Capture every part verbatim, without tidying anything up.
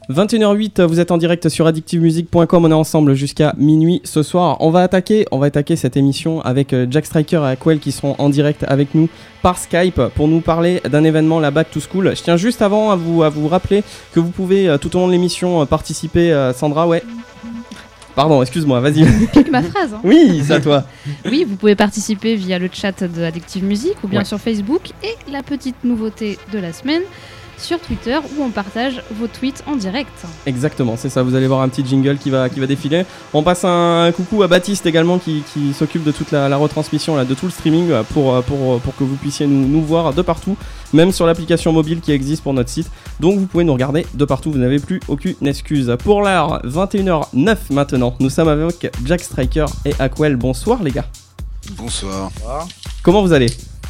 vingt et une heures huit, vous êtes en direct sur addictive music point com, on est ensemble jusqu'à minuit ce soir. On va attaquer, on va attaquer cette émission avec Jack Striker et Aquel qui seront en direct avec nous par Skype pour nous parler d'un événement, la Back to School. Je tiens juste avant à vous, à vous rappeler que vous pouvez tout au long de l'émission participer. Sandra, ouais. Pardon, excuse-moi, vas-y. Pique ma phrase. Hein. Oui, c'est à toi. Oui, vous pouvez participer via le chat de Addictive Music ou bien ouais. sur Facebook. Et la petite nouveauté de la semaine, sur Twitter, où on partage vos tweets en direct. Exactement, c'est ça. Vous allez voir un petit jingle qui va, qui va défiler. On passe un, un coucou à Baptiste également qui, qui s'occupe de toute la, la retransmission, là, de tout le streaming pour, pour, pour que vous puissiez nous, nous voir de partout, même sur l'application mobile qui existe pour notre site. Donc vous pouvez nous regarder de partout, vous n'avez plus aucune excuse. Pour l'heure, vingt et une heures neuf maintenant, nous sommes avec Jack Striker et Aquel. Bonsoir les gars. Bonsoir. Comment vous allez ?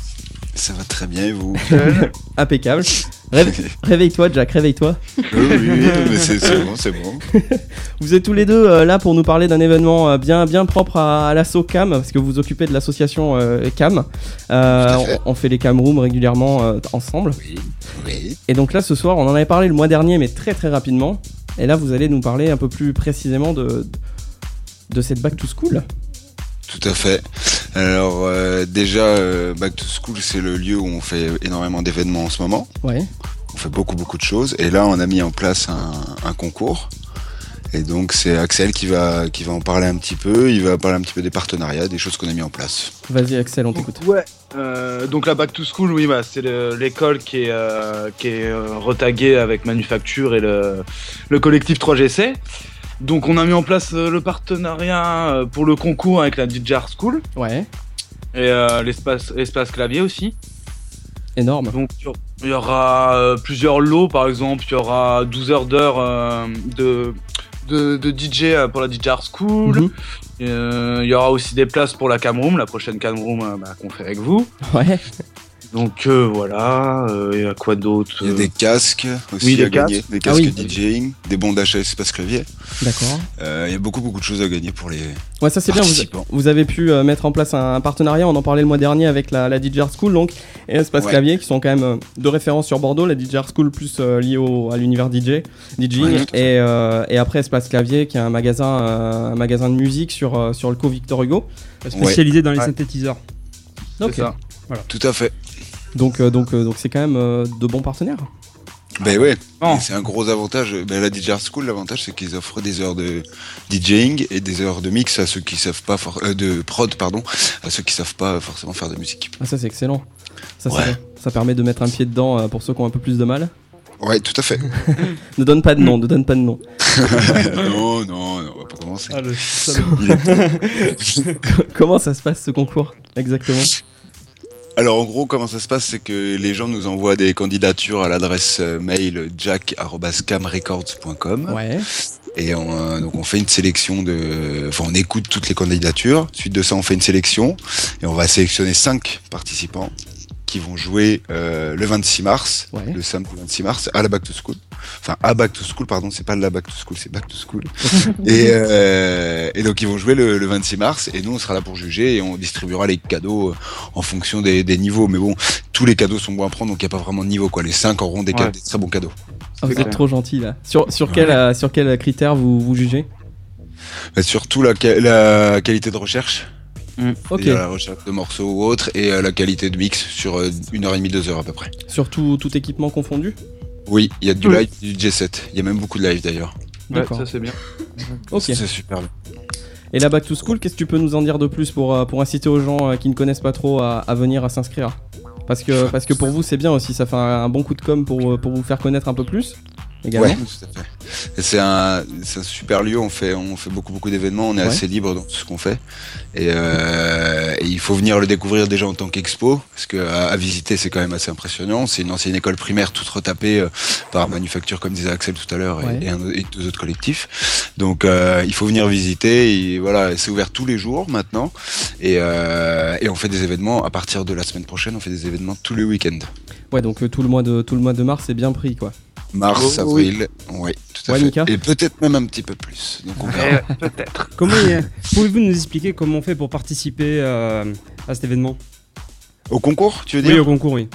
Ça va très bien et vous ? Impeccable. Réve... Réveille-toi Jack, réveille-toi. Oui, oui, oui mais c'est, c'est bon, c'est bon. Vous êtes tous les deux euh, là pour nous parler d'un événement euh, bien, bien propre à, à l'asso Cam, parce que vous vous occupez de l'association euh, Cam. Euh, on, on fait les Cam Rooms régulièrement euh, ensemble. Oui, oui. Et donc là ce soir, on en avait parlé le mois dernier, mais très très rapidement. Et là vous allez nous parler un peu plus précisément de, de cette Back to School. Tout à fait. Alors euh, déjà, euh, Back to School, c'est le lieu où on fait énormément d'événements en ce moment. Ouais. On fait beaucoup beaucoup de choses. Et là, on a mis en place un, un concours. Et donc, c'est Axel qui va qui va en parler un petit peu. Il va parler un petit peu des partenariats, des choses qu'on a mis en place. Vas-y, Axel, on t'écoute. Ouais. Euh, donc la Back to School, oui, bah, c'est le, l'école qui est euh, qui est euh, retaguée avec Manufacture et le le collectif trois G C. Donc on a mis en place euh, le partenariat euh, pour le concours avec la D J Art School. Ouais. Et euh, l'espace, espace clavier aussi. Énorme. Donc il y aura euh, plusieurs lots, par exemple, il y aura douze heures d'heures euh, de, de, de D J pour la D J Art School. Mm-hmm. Il euh, y aura aussi des places pour la Cam Room, la prochaine Cam Room euh, bah, qu'on fait avec vous. Ouais. Donc euh, voilà, il euh, y a quoi d'autre ? Il y a des casques aussi oui, à des gagner, casques. des casques ah, oui. DJing, des bons d'achat espace clavier. D'accord. Euh, il y a beaucoup beaucoup de choses à gagner pour les ouais, ça c'est bien, vous, vous avez pu euh, mettre en place un, un partenariat, on en parlait le mois dernier avec la, la D J Art School donc, et Espace ouais. Clavier qui sont quand même euh, de référence sur Bordeaux, la D J Art School plus euh, liée au, à l'univers D J, DJing, ouais, et, euh, et après Espace Clavier qui est un magasin, euh, un magasin de musique sur, euh, sur le co Victor Hugo. Spécialisé ouais. dans les ouais. synthétiseurs. Ok. C'est ça. Voilà. Tout à fait. Donc, euh, donc, euh, donc c'est quand même euh, de bons partenaires. Ben ouais, oh. c'est un gros avantage. Ben la D J Art School, l'avantage c'est qu'ils offrent des heures de DJing et des heures de mix à ceux qui savent pas for- euh, de prod pardon, à ceux qui savent pas forcément faire de musique. Ah ça c'est excellent. Ça, ouais. ça, ça permet de mettre un pied dedans euh, pour ceux qui ont un peu plus de mal. Ouais, tout à fait. Ne donne pas de nom, ne donne pas de nom. non, non, non, on va pas commencer. Ah, le... Comment ça se passe ce concours exactement ? Alors en gros, comment ça se passe, c'est que les gens nous envoient des candidatures à l'adresse mail jack arobase cam records point com. Ouais. Et on, euh, donc on fait une sélection de, enfin on écoute toutes les candidatures. Suite de ça, on fait une sélection et on va sélectionner cinq participants qui vont jouer euh, le vingt-six mars, ouais. le samedi vingt-six mars à la Back to School. Enfin à Back to School, pardon, c'est pas la Back to School, c'est Back to School. et, euh, et donc ils vont jouer le, le vingt-six mars et nous on sera là pour juger et on distribuera les cadeaux en fonction des, des niveaux. Mais bon, tous les cadeaux sont bons à prendre, donc il n'y a pas vraiment de niveau quoi. Les cinq auront des, ouais. cadeaux, des très bons cadeaux. Oh, vous êtes trop gentil là. Sur, sur, ouais. quel, euh, sur quel critère vous, vous jugez ? Bah, surtout la, la qualité de recherche. Mmh, ok. La recherche de morceaux ou autre et euh, la qualité de mix sur euh, une heure et demie, deux heures à peu près. Sur tout, tout équipement confondu ? Oui, il y a du mmh. live, du J sept. Il y a même beaucoup de live d'ailleurs. D'accord. Ouais, ça c'est bien. Ok. Ça, c'est super bien. Et la Back to School, qu'est-ce que tu peux nous en dire de plus pour, pour inciter aux gens qui ne connaissent pas trop à, à venir à s'inscrire ? Parce que, parce que pour vous c'est bien aussi, ça fait un, un bon coup de com' pour, pour vous faire connaître un peu plus. Également. Ouais, tout à fait. Et c'est un, c'est un super lieu, on fait, on fait beaucoup beaucoup d'événements, on est ouais. assez libre dans tout ce qu'on fait. Et, euh, et il faut venir le découvrir déjà en tant qu'expo, parce que à, à visiter c'est quand même assez impressionnant. C'est une ancienne école primaire toute retapée euh, par Manufacture, comme disait Axel tout à l'heure, ouais. et, et, un, et deux autres collectifs. Donc euh, il faut venir visiter, et voilà, c'est ouvert tous les jours maintenant. Et, euh, et on fait des événements à partir de la semaine prochaine, on fait des événements tous les week-ends. Ouais, donc euh, tout le mois de tout le mois de mars c'est bien pris quoi. Mars, oh, avril, oui, ouais, tout à ouais, fait. Mika. Et peut-être même un petit peu plus. Donc on verra. Peut-être. Comment euh, pouvez-vous nous expliquer comment on fait pour participer euh, à cet événement ? Au concours, tu veux dire ? Oui, au concours, oui.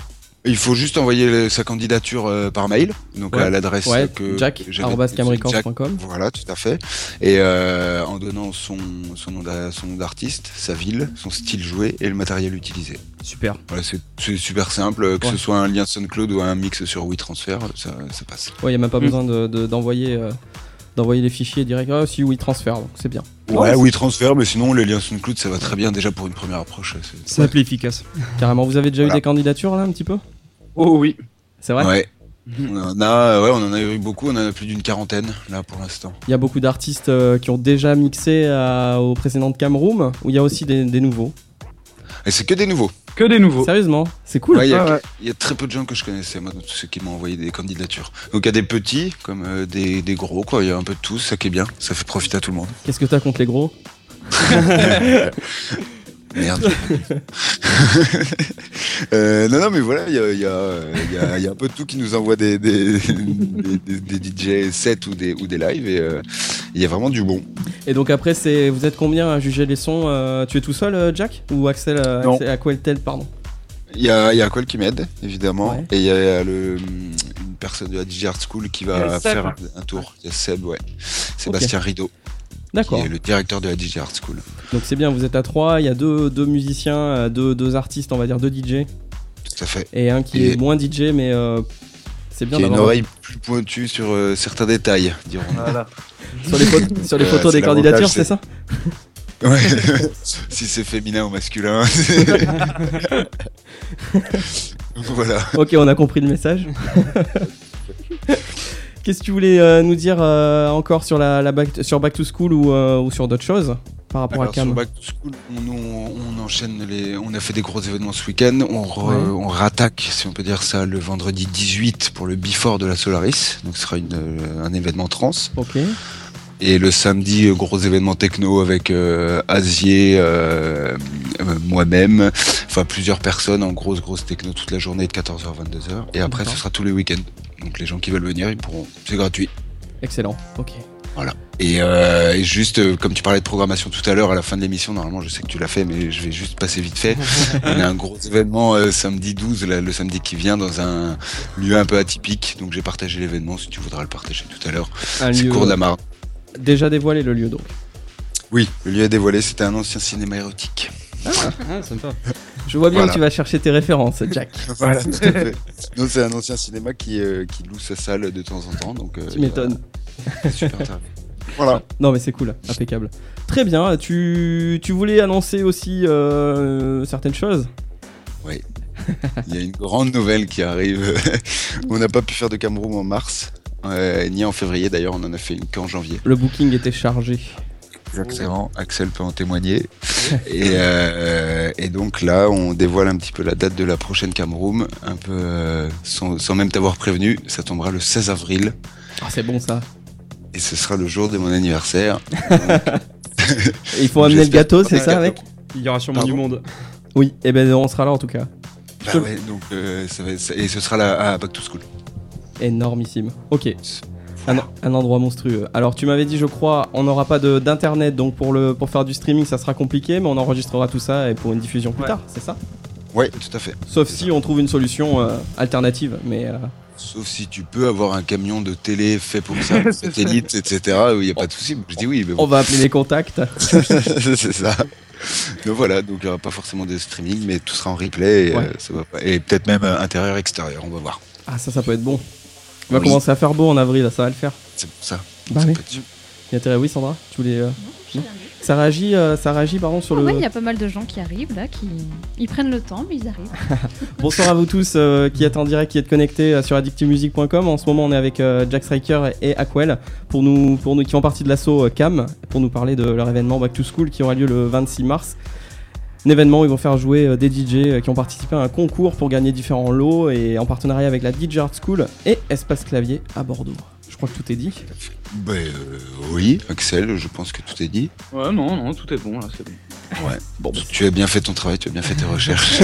Il faut juste envoyer le- sa candidature euh, par mail, donc Ouais. à l'adresse Ouais, que jack j'avais- arobase camrecords point com. Jack, Voilà, tout à fait. Et euh, en donnant son, son nom d'a- son nom d'artiste, sa ville, son style joué et le matériel utilisé. Super. Voilà, c'est c'est super simple, que Ouais. ce soit un lien SoundCloud ou un mix sur WeTransfer, ça, ça passe. Ouais, il n'y a même pas Mm. besoin de- de- d'envoyer euh, d'envoyer les fichiers direct. Ah, si, oui, transfert, donc c'est bien. Ouais, c'est- WeTransfer, mais sinon les liens SoundCloud, ça va très bien déjà pour une première approche. c'est- Simple et efficace. Carrément, vous avez déjà eu Voilà. des candidatures là, un petit peu? Oh oui. C'est vrai? Ouais. On en a, ouais, on en a eu beaucoup, on en a plus d'une quarantaine là pour l'instant. Il y a beaucoup d'artistes euh, qui ont déjà mixé à- aux précédentes Cam Room, ou il y a aussi des, des nouveaux. Et c'est que des nouveaux. Que des nouveaux. Sérieusement, c'est cool. Ouais, il y, a- Ah ouais. il y a très peu de gens que je connaissais, moi, tous ceux qui m'ont envoyé des candidatures. Donc il y a des petits comme euh, des, des gros, quoi. Il y a un peu de tout, ça qui est bien. Ça fait profiter à tout le monde. Qu'est-ce que t'as contre les gros? Merde. euh, non, non, mais voilà, il y a, il y, a, euh, il y, a, il y a un peu de tout qui nous envoie des, des, des, des D J sets ou des, ou des lives et euh, il y a vraiment du bon. Et donc après, c'est vous êtes combien à juger les sons? euh, Tu es tout seul, euh, Jack? Ou Axel, euh, Non. Axel Aqueltel, pardon? Il y a, il y a Aquel qui m'aide, évidemment, Ouais. et il y a le, une personne de la D J Art School qui Il y a va Seb. faire un, un tour. Il y a Seb, ouais. Sébastien Rideau, D'accord. qui est le directeur de la D J Art School. Donc c'est bien, vous êtes à trois, il y a deux, deux musiciens, euh, deux, deux artistes, on va dire deux D J, Tout à fait. et un qui Et- est moins D J, mais euh, c'est bien Qui a une d'avoir oreille plus pointue sur euh, certains détails, dirons-nous. Voilà. sur les, photos- sur les Euh, photos c'est des candidatures, l'avantage, c'est ça? Ouais. Si c'est féminin ou masculin. Voilà. Ok, on a compris le message. Qu'est-ce que tu voulais euh, nous dire euh, encore sur, la, la back, sur Back to School ou, euh, ou sur d'autres choses par rapport Alors, à Cam? sur Back to School, on, on, on enchaîne les. On a fait des gros événements ce week-end. On, re- Ouais. on rattaque, si on peut dire ça, le vendredi dix-huit pour le Before de la Solaris. Donc, ce sera une, euh, un événement trans. Ok. Et le samedi, euh, gros événement techno avec euh, Azier, euh, euh, moi-même, enfin plusieurs personnes en grosse, grosse techno toute la journée de quatorze heures à vingt-deux heures. Et après, D'accord. ce sera tous les week-ends. Donc, les gens qui veulent venir, ils pourront. C'est gratuit. Excellent. Ok. Et, euh, et juste, euh, comme tu parlais de programmation tout à l'heure, à la fin de l'émission, normalement, je sais que tu l'as fait, mais je vais juste passer vite fait. On a un gros événement euh, samedi douze, là, le samedi qui vient, dans un lieu un peu atypique. Donc j'ai partagé l'événement, si tu voudras le partager tout à l'heure. Un C'est lieu Cours de la Marne. déjà dévoilé, le lieu donc. Oui, le lieu est dévoilé, c'était un ancien cinéma érotique. Ah, sympa. Je vois bien Voilà. que tu vas chercher tes références, Jack. Voilà, tout à fait. Non, c'est un ancien cinéma qui, euh, qui loue sa salle de temps en temps. Donc, euh, Tu m'étonnes. c'est super intéressant. Voilà. Non mais c'est cool, impeccable. Très bien, tu, tu voulais annoncer aussi euh, certaines choses? Il y a une grande nouvelle qui arrive. On n'a pas pu faire de Cameroun en mars, euh, ni en février d'ailleurs, on en a fait une qu'en janvier. Le booking était chargé. Exactement, Axel peut en témoigner. et, euh, et donc là, on dévoile un petit peu la date de la prochaine Cameroun, un peu euh, sans, sans même t'avoir prévenu. Ça tombera le seize avril Ah, c'est bon ça. et ce sera le jour de mon anniversaire. Et il faut amener le J'espère gâteau, pas c'est un ça, gâteau. mec? Il y aura sûrement Pardon du monde. Oui, et ben on sera là en tout cas. Bah ouais, donc euh, ça va être- et ce sera là à Back to School. Énormissime. Ok. Un, un endroit monstrueux. Alors tu m'avais dit, je crois, on n'aura pas de- d'internet, donc pour, le, pour faire du streaming ça sera compliqué, mais on enregistrera tout ça et pour une diffusion plus Ouais. tard, c'est ça? Ouais, tout à fait. Sauf si on trouve une solution euh, alternative, mais... euh, Sauf si tu peux avoir un camion de télé fait pour ça, satellite, et cetera, où il n'y a pas de souci. Je dis oui, mais On bon, va appeler les contacts. c'est ça. Donc voilà, donc il n'y aura pas forcément de streaming, mais tout sera en replay, et, Ouais. euh, ça va pas- et peut-être même euh, intérieur-extérieur, on va voir. Ah ça, ça peut être bon. Il va Oui. commencer à faire beau en avril, ça va le faire. C'est pour ça. Bah Ça oui. peut être- Il y a intérêt, oui Sandra, tu voulais... euh, non Ça réagit, euh, ça réagit pardon sur Ah le... ouais, il y a pas mal de gens qui arrivent là, qui ils prennent le temps, mais ils arrivent. Bonsoir à vous tous euh, qui êtes en direct, qui êtes connectés euh, sur addictive music point com. En ce moment, on est avec euh, Jack Striker et Aquel pour nous, pour nous, qui font partie de l'assaut euh, Cam, pour nous parler de leur événement Back to School qui aura lieu le vingt-six mars. Un événement où ils vont faire jouer euh, des D J euh, qui ont participé à un concours pour gagner différents lots et en partenariat avec la D J Art School et Espace Clavier à Bordeaux. Je crois que tout est dit. Ben euh, oui, Axel, je pense que tout est dit. Ouais, non, non, tout est bon là, c'est bon. Ouais. Bon, bah, Tu as bien fait ton travail, tu as bien fait tes recherches.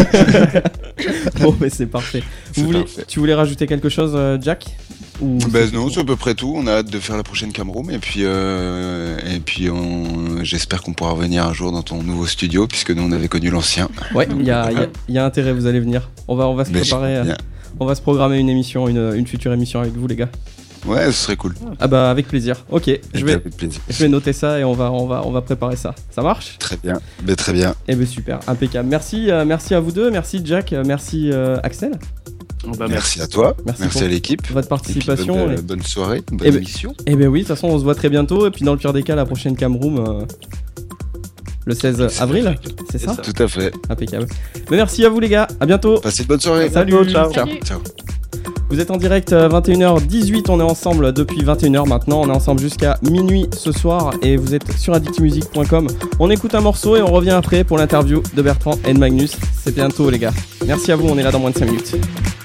bon mais c'est parfait. C'est Vous voulez, parfait. tu voulais rajouter quelque chose, euh, Jack? Ou Ben non, c'est à peu près tout. On a hâte de faire la prochaine Cameroun et puis euh, et puis on... j'espère qu'on pourra revenir un jour dans ton nouveau studio puisque nous on avait connu l'ancien. Ouais, il y a, il y a- il y a intérêt, vous allez venir. On va, on va se Ben, préparer. j'aimerais euh, bien. on va se programmer une émission, une, une future émission avec vous les gars. Ouais, ce serait cool. Ah bah avec plaisir. Ok, je vais, Avec plaisir. je vais noter ça et on va, on va, on va préparer ça. Ça marche ? Très bien. Ben, très bien. Eh ben super, impeccable. Merci, euh, merci à vous deux, merci Jack, euh, merci euh, Axel. Oh, bah, Merci à toi. Merci Merci, pour à l'équipe. Votre Et puis, participation. bonne, et- euh, bonne soirée, bonne Eh ben- émission. Eh ben oui, de toute façon on se voit très bientôt et puis dans le pire des cas la prochaine Cam Room euh, le seize avril, c'est ça, C'est ça. Tout à fait. Impeccable. Mais merci à vous les gars, à bientôt. Passez une bonne soirée. Salut, ciao. Salut. Ciao. Vous êtes en direct euh, vingt et une heures dix-huit, on est ensemble depuis vingt et une heures maintenant, on est ensemble jusqu'à minuit ce soir et vous êtes sur addictmusic point com. On écoute un morceau et on revient après pour l'interview de Bertrand et de Magnus. C'est bientôt les gars. Merci à vous, on est là dans moins de cinq minutes.